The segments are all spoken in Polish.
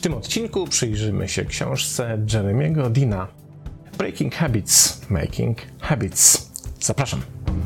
W tym odcinku przyjrzymy się książce Jeremy'ego Deana Breaking Habits, Making Habits. Zapraszam.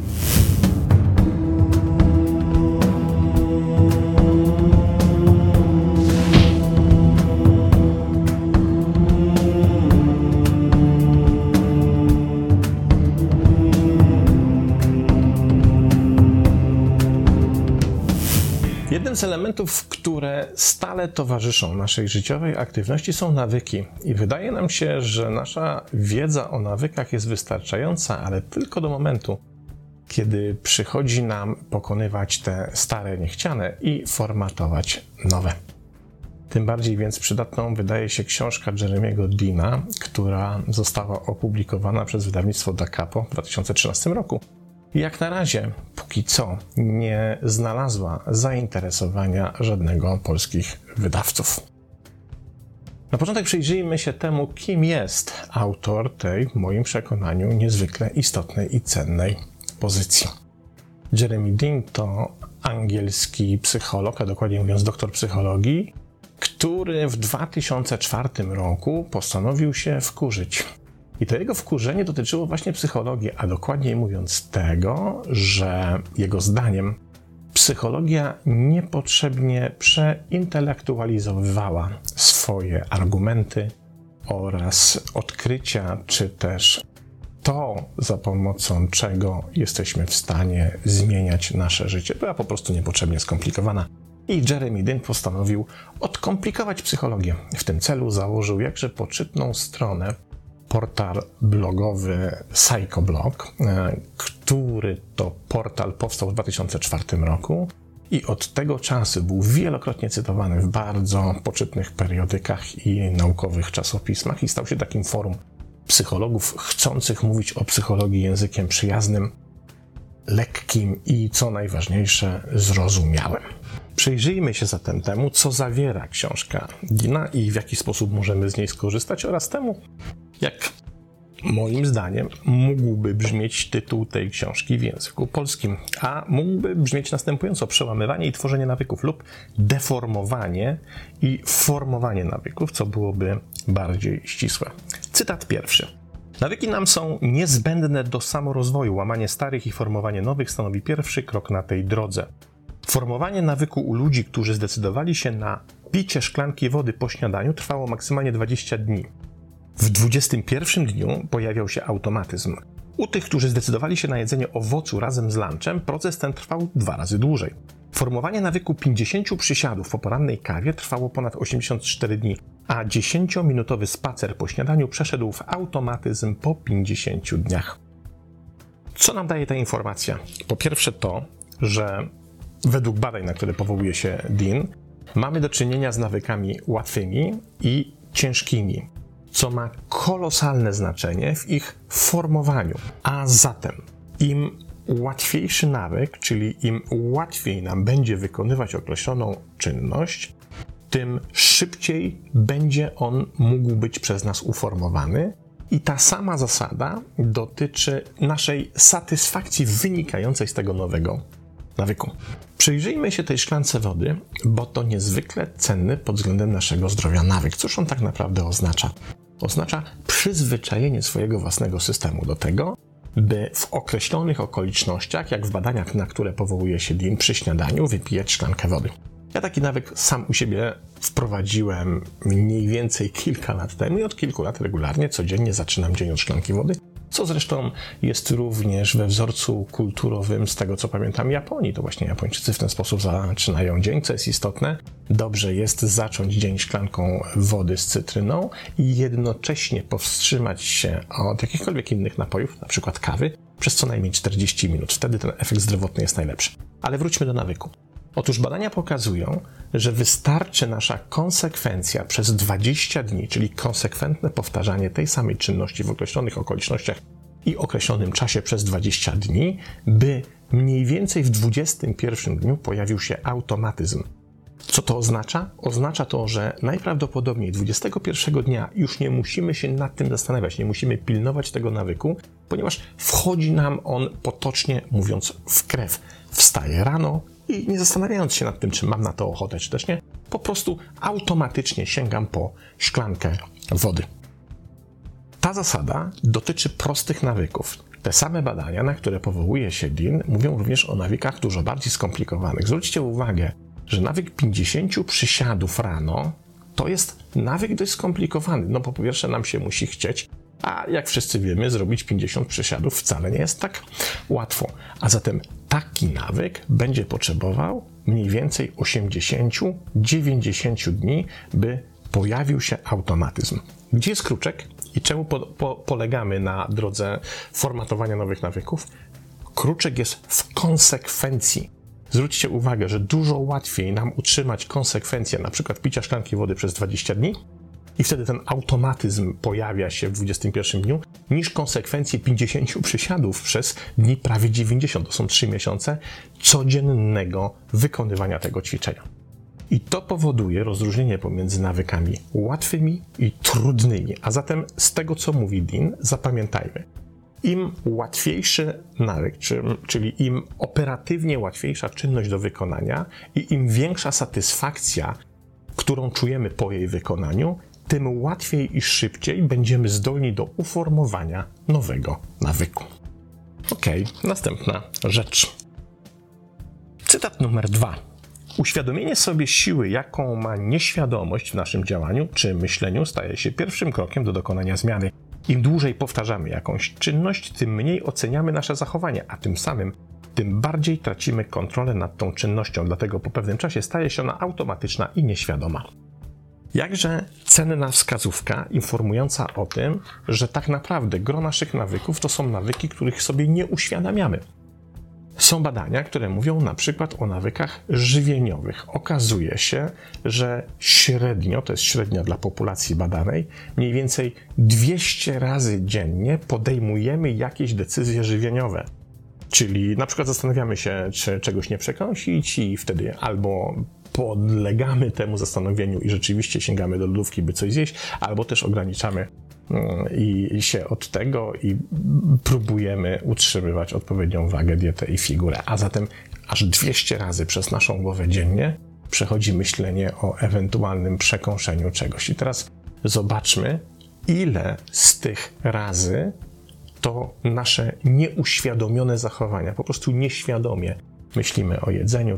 Jednym z elementów, które stale towarzyszą naszej życiowej aktywności, są nawyki. I wydaje nam się, że nasza wiedza o nawykach jest wystarczająca, ale tylko do momentu, kiedy przychodzi nam pokonywać te stare, niechciane i formatować nowe. Tym bardziej więc przydatną wydaje się książka Jeremy'ego Deana, która została opublikowana przez wydawnictwo Da Capo w 2013 roku. Jak na razie, póki co, nie znalazła zainteresowania żadnego polskich wydawców. Na początek przyjrzyjmy się temu, kim jest autor tej, w moim przekonaniu, niezwykle istotnej i cennej pozycji. Jeremy Dean to angielski psycholog, a dokładnie mówiąc doktor psychologii, który w 2004 roku postanowił się wkurzyć. I to jego wkurzenie dotyczyło właśnie psychologii, a dokładniej mówiąc tego, że jego zdaniem psychologia niepotrzebnie przeintelektualizowywała swoje argumenty oraz odkrycia, czy też to, za pomocą czego jesteśmy w stanie zmieniać nasze życie, była po prostu niepotrzebnie skomplikowana. I Jeremy Dean postanowił odkomplikować psychologię. W tym celu założył jakże poczytną stronę, portal blogowy Psychoblog, który to portal powstał w 2004 roku i od tego czasu był wielokrotnie cytowany w bardzo poczytnych periodykach i naukowych czasopismach i stał się takim forum psychologów chcących mówić o psychologii językiem przyjaznym, lekkim i, co najważniejsze, zrozumiałym. Przyjrzyjmy się zatem temu, co zawiera książka Deana i w jaki sposób możemy z niej skorzystać oraz temu, jak moim zdaniem mógłby brzmieć tytuł tej książki w języku polskim, a mógłby brzmieć następująco: przełamywanie i tworzenie nawyków lub deformowanie i formowanie nawyków, co byłoby bardziej ścisłe. Cytat pierwszy. Nawyki nam są niezbędne do samorozwoju. Łamanie starych i formowanie nowych stanowi pierwszy krok na tej drodze. Formowanie nawyku u ludzi, którzy zdecydowali się na picie szklanki wody po śniadaniu, trwało maksymalnie 20 dni. W 21 dniu pojawiał się automatyzm. U tych, którzy zdecydowali się na jedzenie owocu razem z lunchem, proces ten trwał 2 razy dłużej. Formowanie nawyku 50 przysiadów po porannej kawie trwało ponad 84 dni, a 10-minutowy spacer po śniadaniu przeszedł w automatyzm po 50 dniach. Co nam daje ta informacja? Po pierwsze to, że według badań, na które powołuje się Dean, mamy do czynienia z nawykami łatwymi i ciężkimi, co ma kolosalne znaczenie w ich formowaniu. A zatem im łatwiejszy nawyk, czyli im łatwiej nam będzie wykonywać określoną czynność, tym szybciej będzie on mógł być przez nas uformowany. I ta sama zasada dotyczy naszej satysfakcji wynikającej z tego nowego nawyku. Przyjrzyjmy się tej szklance wody, bo to niezwykle cenny pod względem naszego zdrowia nawyk. Cóż on tak naprawdę oznacza? Oznacza przyzwyczajenie swojego własnego systemu do tego, by w określonych okolicznościach, jak w badaniach, na które powołuje się Dean, przy śniadaniu wypijać szklankę wody. Ja taki nawyk sam u siebie wprowadziłem mniej więcej kilka lat temu i od kilku lat regularnie, codziennie zaczynam dzień od szklanki wody, co zresztą jest również we wzorcu kulturowym, z tego co pamiętam, Japonii. To właśnie Japończycy w ten sposób zaczynają dzień, co jest istotne. Dobrze jest zacząć dzień szklanką wody z cytryną i jednocześnie powstrzymać się od jakichkolwiek innych napojów, na przykład kawy, przez co najmniej 40 minut. Wtedy ten efekt zdrowotny jest najlepszy. Ale wróćmy do nawyku. Otóż badania pokazują, że wystarczy nasza konsekwencja przez 20 dni, czyli konsekwentne powtarzanie tej samej czynności w określonych okolicznościach i określonym czasie przez 20 dni, by mniej więcej w 21 dniu pojawił się automatyzm. Co to oznacza? Oznacza to, że najprawdopodobniej 21 dnia już nie musimy się nad tym zastanawiać, nie musimy pilnować tego nawyku, ponieważ wchodzi nam on, potocznie mówiąc, w krew. Wstaję rano i nie zastanawiając się nad tym, czy mam na to ochotę, czy też nie, po prostu automatycznie sięgam po szklankę wody. Ta zasada dotyczy prostych nawyków. Te same badania, na które powołuje się Dean, mówią również o nawykach dużo bardziej skomplikowanych. Zwróćcie uwagę, że nawyk 50 przysiadów rano to jest nawyk dość skomplikowany. No bo po pierwsze nam się musi chcieć, a jak wszyscy wiemy, zrobić 50 przysiadów wcale nie jest tak łatwo. A zatem taki nawyk będzie potrzebował mniej więcej 80-90 dni, by pojawił się automatyzm. Gdzie jest kruczek i czemu polegamy na drodze formatowania nowych nawyków? Kruczek jest w konsekwencji. Zwróćcie uwagę, że dużo łatwiej nam utrzymać konsekwencję na przykład picia szklanki wody przez 20 dni i wtedy ten automatyzm pojawia się w 21 dniu, niż konsekwencje 50 przysiadów przez dni prawie 90. To są 3 miesiące codziennego wykonywania tego ćwiczenia. I to powoduje rozróżnienie pomiędzy nawykami łatwymi i trudnymi. A zatem z tego, co mówi Dean, zapamiętajmy. Im łatwiejszy nawyk, czyli im operatywnie łatwiejsza czynność do wykonania i im większa satysfakcja, którą czujemy po jej wykonaniu, tym łatwiej i szybciej będziemy zdolni do uformowania nowego nawyku. Następna rzecz. Cytat numer 2. Uświadomienie sobie siły, jaką ma nieświadomość w naszym działaniu czy myśleniu, staje się pierwszym krokiem do dokonania zmiany. Im dłużej powtarzamy jakąś czynność, tym mniej oceniamy nasze zachowanie, a tym samym tym bardziej tracimy kontrolę nad tą czynnością, dlatego po pewnym czasie staje się ona automatyczna i nieświadoma. Jakże cenna wskazówka informująca o tym, że tak naprawdę gro naszych nawyków to są nawyki, których sobie nie uświadamiamy. Są badania, które mówią na przykład o nawykach żywieniowych. Okazuje się, że średnio, to jest średnia dla populacji badanej, mniej więcej 200 razy dziennie podejmujemy jakieś decyzje żywieniowe. Czyli na przykład zastanawiamy się, czy czegoś nie przekąsić i wtedy albo podlegamy temu zastanowieniu i rzeczywiście sięgamy do lodówki, by coś zjeść, albo też ograniczamy się od tego i próbujemy utrzymywać odpowiednią wagę, dietę i figurę. A zatem aż 200 razy przez naszą głowę dziennie przechodzi myślenie o ewentualnym przekąszeniu czegoś. I teraz zobaczmy, ile z tych razy to nasze nieuświadomione zachowania, po prostu nieświadomie myślimy o jedzeniu,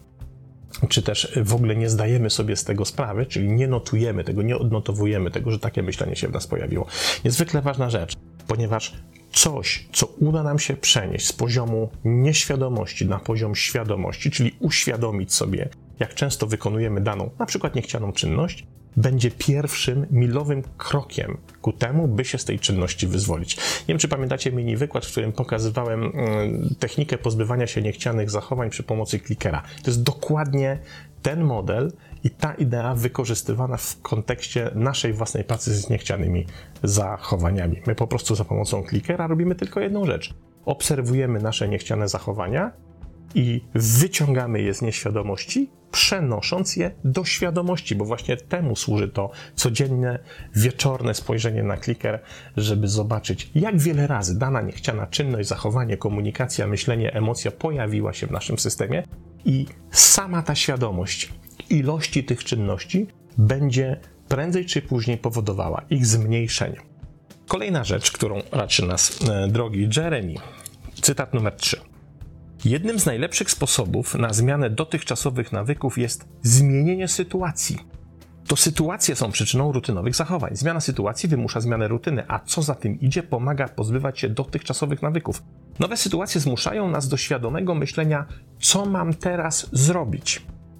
czy też w ogóle nie zdajemy sobie z tego sprawy, czyli nie notujemy tego, nie odnotowujemy tego, że takie myślenie się w nas pojawiło. Niezwykle ważna rzecz, ponieważ coś, co uda nam się przenieść z poziomu nieświadomości na poziom świadomości, czyli uświadomić sobie, jak często wykonujemy daną, na przykład niechcianą czynność, będzie pierwszym milowym krokiem ku temu, by się z tej czynności wyzwolić. Nie wiem, czy pamiętacie mini wykład, w którym pokazywałem technikę pozbywania się niechcianych zachowań przy pomocy klikera. To jest dokładnie ten model i ta idea wykorzystywana w kontekście naszej własnej pracy z niechcianymi zachowaniami. My po prostu za pomocą klikera robimy tylko jedną rzecz. Obserwujemy nasze niechciane zachowania i wyciągamy je z nieświadomości, przenosząc je do świadomości, bo właśnie temu służy to codzienne, wieczorne spojrzenie na kliker, żeby zobaczyć, jak wiele razy dana niechciana czynność, zachowanie, komunikacja, myślenie, emocja pojawiła się w naszym systemie i sama ta świadomość ilości tych czynności będzie prędzej czy później powodowała ich zmniejszenie. Kolejna rzecz, którą raczy nas drogi Jeremy. Cytat numer 3. Jednym z najlepszych sposobów na zmianę dotychczasowych nawyków jest zmienienie sytuacji. To sytuacje są przyczyną rutynowych zachowań. Zmiana sytuacji wymusza zmianę rutyny, a co za tym idzie, pomaga pozbywać się dotychczasowych nawyków. Nowe sytuacje zmuszają nas do świadomego myślenia, co mam teraz zrobić.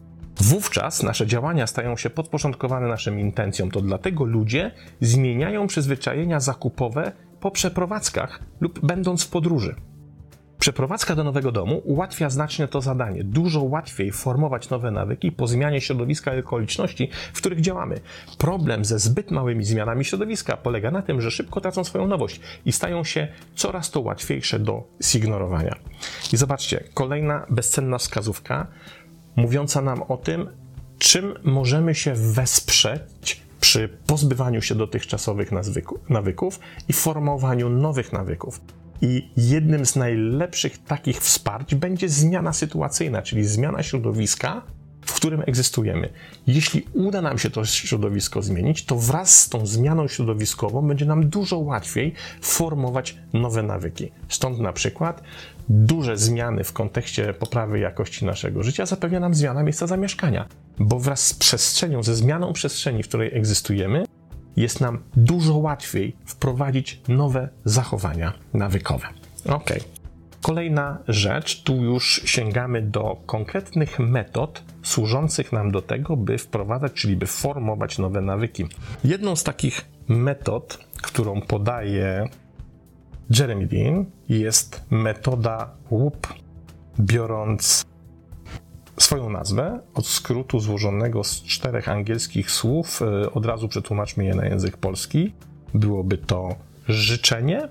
Wówczas nasze działania stają się podporządkowane naszym intencjom. To dlatego ludzie zmieniają przyzwyczajenia zakupowe po przeprowadzkach lub będąc w podróży. Przeprowadzka do nowego domu ułatwia znacznie to zadanie. Dużo łatwiej formować nowe nawyki po zmianie środowiska i okoliczności, w których działamy. Problem ze zbyt małymi zmianami środowiska polega na tym, że szybko tracą swoją nowość i stają się coraz to łatwiejsze do zignorowania. I zobaczcie, kolejna bezcenna wskazówka mówiąca nam o tym, czym możemy się wesprzeć przy pozbywaniu się dotychczasowych nawyków i formowaniu nowych nawyków. I jednym z najlepszych takich wsparć będzie zmiana sytuacyjna, czyli zmiana środowiska, w którym egzystujemy. Jeśli uda nam się to środowisko zmienić, to wraz z tą zmianą środowiskową będzie nam dużo łatwiej formować nowe nawyki. Stąd na przykład duże zmiany w kontekście poprawy jakości naszego życia zapewnia nam zmiana miejsca zamieszkania, bo wraz z przestrzenią, ze zmianą przestrzeni, w której egzystujemy, jest nam dużo łatwiej wprowadzić nowe zachowania nawykowe. Okej. Kolejna rzecz, tu już sięgamy do konkretnych metod służących nam do tego, by wprowadzać, czyli by formować nowe nawyki. Jedną z takich metod, którą podaje Jeremy Dean, jest metoda WHOOP, biorąc swoją nazwę od skrótu złożonego z 4 angielskich słów. Od razu przetłumaczmy je na język polski. Byłoby to życzenie,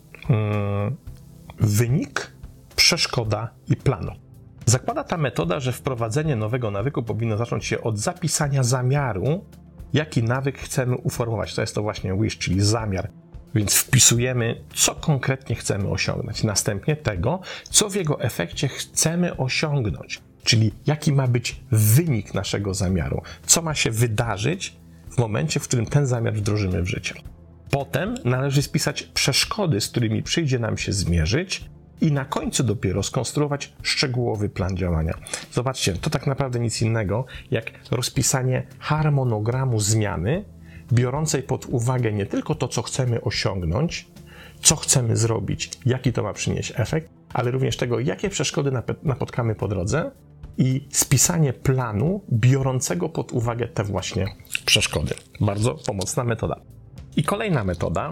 wynik, przeszkoda i planu. Zakłada ta metoda, że wprowadzenie nowego nawyku powinno zacząć się od zapisania zamiaru, jaki nawyk chcemy uformować. To jest to właśnie wish, czyli zamiar. Więc wpisujemy, co konkretnie chcemy osiągnąć. Następnie tego, co w jego efekcie chcemy osiągnąć. Czyli jaki ma być wynik naszego zamiaru. Co ma się wydarzyć w momencie, w którym ten zamiar wdrożymy w życie. Potem należy spisać przeszkody, z którymi przyjdzie nam się zmierzyć i na końcu dopiero skonstruować szczegółowy plan działania. Zobaczcie, to tak naprawdę nic innego jak rozpisanie harmonogramu zmiany, biorącej pod uwagę nie tylko to, co chcemy osiągnąć, co chcemy zrobić, jaki to ma przynieść efekt, ale również tego, jakie przeszkody napotkamy po drodze i spisanie planu biorącego pod uwagę te właśnie przeszkody. Bardzo pomocna metoda. I kolejna metoda,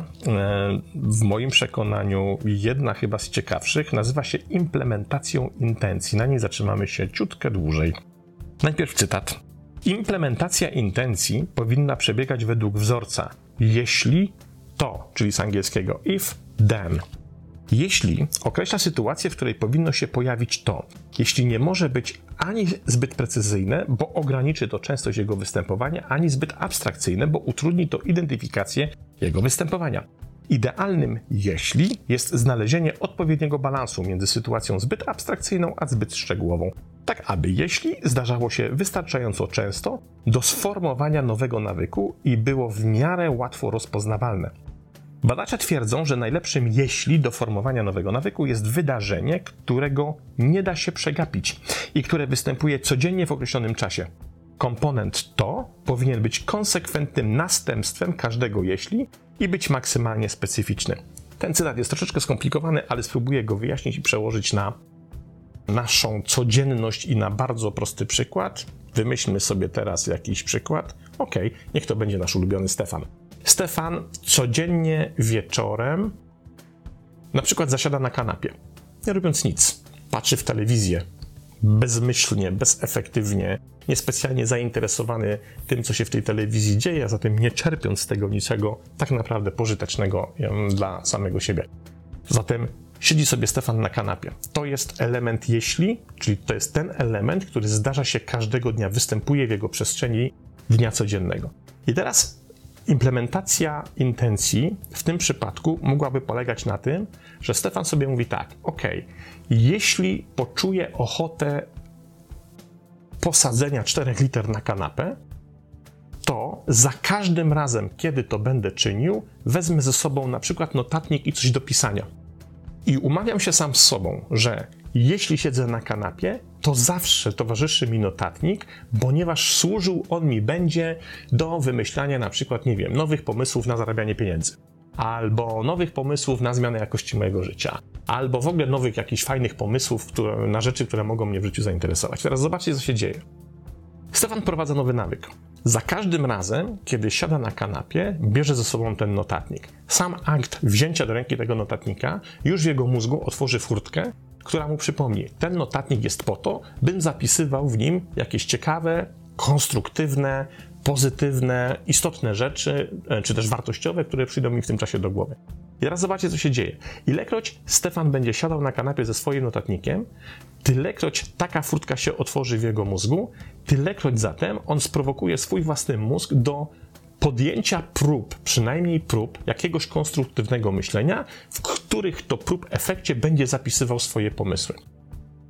w moim przekonaniu jedna chyba z ciekawszych, nazywa się implementacją intencji. Na niej zatrzymamy się ciutkę dłużej. Najpierw cytat. Implementacja intencji powinna przebiegać według wzorca jeśli to, czyli z angielskiego if, then. Jeśli określa sytuację, w której powinno się pojawić to, jeśli nie może być ani zbyt precyzyjne, bo ograniczy to częstość jego występowania, ani zbyt abstrakcyjne, bo utrudni to identyfikację jego występowania. Idealnym jeśli jest znalezienie odpowiedniego balansu między sytuacją zbyt abstrakcyjną, a zbyt szczegółową, tak aby jeśli zdarzało się wystarczająco często do sformowania nowego nawyku i było w miarę łatwo rozpoznawalne. Badacze twierdzą, że najlepszym jeśli do formowania nowego nawyku jest wydarzenie, którego nie da się przegapić i które występuje codziennie w określonym czasie. Komponent to powinien być konsekwentnym następstwem każdego jeśli i być maksymalnie specyficzny. Ten cytat jest troszeczkę skomplikowany, ale spróbuję go wyjaśnić i przełożyć na naszą codzienność i na bardzo prosty przykład. Wymyślmy sobie teraz jakiś przykład. Niech to będzie nasz ulubiony Stefan. Stefan codziennie wieczorem na przykład zasiada na kanapie, nie robiąc nic. Patrzy w telewizję, bezmyślnie, bezefektywnie, niespecjalnie zainteresowany tym, co się w tej telewizji dzieje, a zatem nie czerpiąc z tego niczego tak naprawdę pożytecznego dla samego siebie. Zatem siedzi sobie Stefan na kanapie. To jest element jeśli, czyli to jest ten element, który zdarza się każdego dnia, występuje w jego przestrzeni dnia codziennego. I teraz implementacja intencji w tym przypadku mogłaby polegać na tym, że Stefan sobie mówi tak, jeśli poczuję ochotę posadzenia 4 liter na kanapę, to za każdym razem, kiedy to będę czynił, wezmę ze sobą na przykład notatnik i coś do pisania. I umawiam się sam z sobą, że jeśli siedzę na kanapie, to zawsze towarzyszy mi notatnik, ponieważ służył on mi będzie do wymyślania na przykład, nowych pomysłów na zarabianie pieniędzy. Albo nowych pomysłów na zmianę jakości mojego życia. Albo w ogóle nowych jakichś fajnych pomysłów na rzeczy, które mogą mnie w życiu zainteresować. Teraz zobaczcie, co się dzieje. Stefan wprowadza nowy nawyk. Za każdym razem, kiedy siada na kanapie, bierze ze sobą ten notatnik. Sam akt wzięcia do ręki tego notatnika już w jego mózgu otworzy furtkę, która mu przypomni, ten notatnik jest po to, bym zapisywał w nim jakieś ciekawe, konstruktywne, pozytywne, istotne rzeczy, czy też wartościowe, które przyjdą mi w tym czasie do głowy. I teraz zobaczcie, co się dzieje. Ilekroć Stefan będzie siadał na kanapie ze swoim notatnikiem, tylekroć taka furtka się otworzy w jego mózgu, tylekroć zatem on sprowokuje swój własny mózg do podjęcia przynajmniej prób jakiegoś konstruktywnego myślenia, w których to prób efekcie będzie zapisywał swoje pomysły.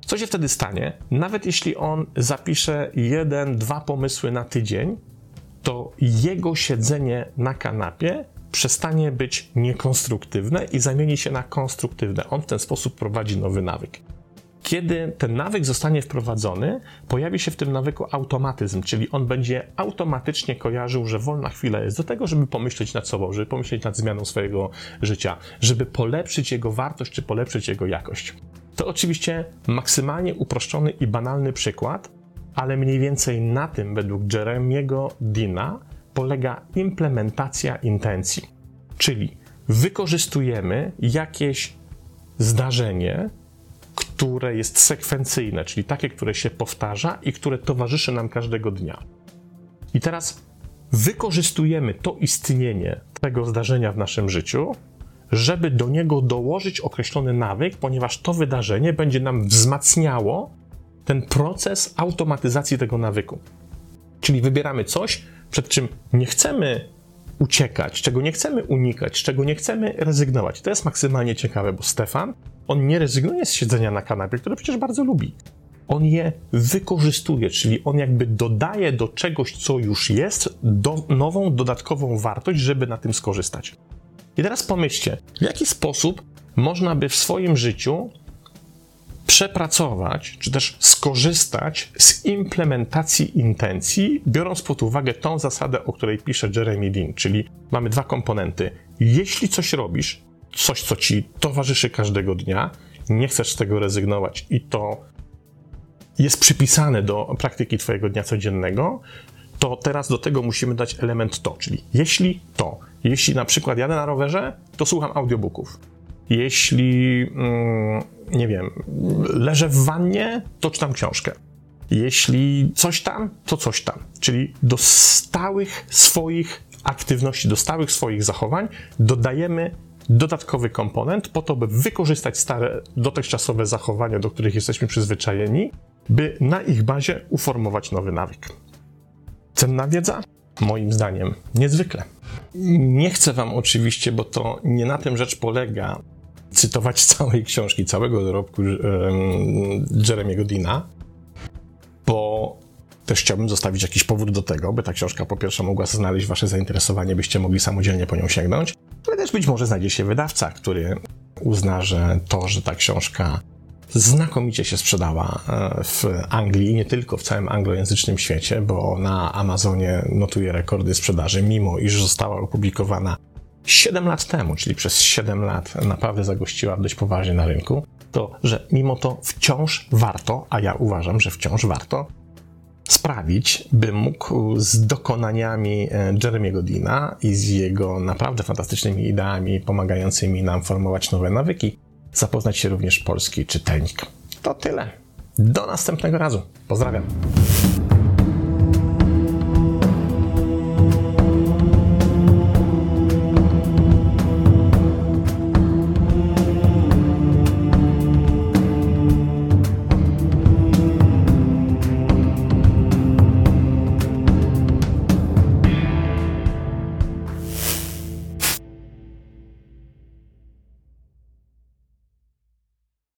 Co się wtedy stanie? Nawet jeśli on zapisze 1-2 pomysły na tydzień, to jego siedzenie na kanapie przestanie być niekonstruktywne i zamieni się na konstruktywne. On w ten sposób prowadzi nowy nawyk. Kiedy ten nawyk zostanie wprowadzony, pojawi się w tym nawyku automatyzm, czyli on będzie automatycznie kojarzył, że wolna chwila jest do tego, żeby pomyśleć nad sobą, żeby pomyśleć nad zmianą swojego życia, żeby polepszyć jego wartość czy polepszyć jego jakość. To oczywiście maksymalnie uproszczony i banalny przykład, ale mniej więcej na tym według Jeremiego Deana polega implementacja intencji. Czyli wykorzystujemy jakieś zdarzenie, które jest sekwencyjne, czyli takie, które się powtarza i które towarzyszy nam każdego dnia. I teraz wykorzystujemy to istnienie tego zdarzenia w naszym życiu, żeby do niego dołożyć określony nawyk, ponieważ to wydarzenie będzie nam wzmacniało ten proces automatyzacji tego nawyku. Czyli wybieramy coś, przed czym nie chcemy uciekać, czego nie chcemy unikać, z czego nie chcemy rezygnować. To jest maksymalnie ciekawe, bo Stefan, on nie rezygnuje z siedzenia na kanapie, które przecież bardzo lubi. On je wykorzystuje, czyli on jakby dodaje do czegoś, co już jest, nową, dodatkową wartość, żeby na tym skorzystać. I teraz pomyślcie, w jaki sposób można by w swoim życiu przepracować, czy też skorzystać z implementacji intencji, biorąc pod uwagę tą zasadę, o której pisze Jeremy Dean, czyli mamy 2 komponenty. Jeśli coś robisz, coś, co ci towarzyszy każdego dnia, nie chcesz z tego rezygnować i to jest przypisane do praktyki twojego dnia codziennego, to teraz do tego musimy dać element to, czyli jeśli na przykład jadę na rowerze, to słucham audiobooków. Jeśli, nie wiem, leżę w wannie, to czytam książkę. Jeśli coś tam, to coś tam. Czyli do stałych swoich aktywności, do stałych swoich zachowań dodajemy dodatkowy komponent po to, by wykorzystać stare, dotychczasowe zachowania, do których jesteśmy przyzwyczajeni, by na ich bazie uformować nowy nawyk. Cenna wiedza? Moim zdaniem niezwykle. Nie chcę wam oczywiście, bo to nie na tym rzecz polega, cytować całej książki, całego dorobku Jeremiego Deana, bo też chciałbym zostawić jakiś powód do tego, by ta książka po pierwsze mogła znaleźć wasze zainteresowanie, byście mogli samodzielnie po nią sięgnąć, ale też być może znajdzie się wydawca, który uzna, że ta książka znakomicie się sprzedała w Anglii i nie tylko w całym anglojęzycznym świecie, bo na Amazonie notuje rekordy sprzedaży, mimo iż została opublikowana 7 lat temu, czyli przez 7 lat naprawdę zagościła dość poważnie na rynku, to że mimo to wciąż warto, a ja uważam, że wciąż warto sprawić, by mógł z dokonaniami Jeremiego Deana i z jego naprawdę fantastycznymi ideami pomagającymi nam formować nowe nawyki, zapoznać się również polski czytelnik. To tyle. Do następnego razu. Pozdrawiam.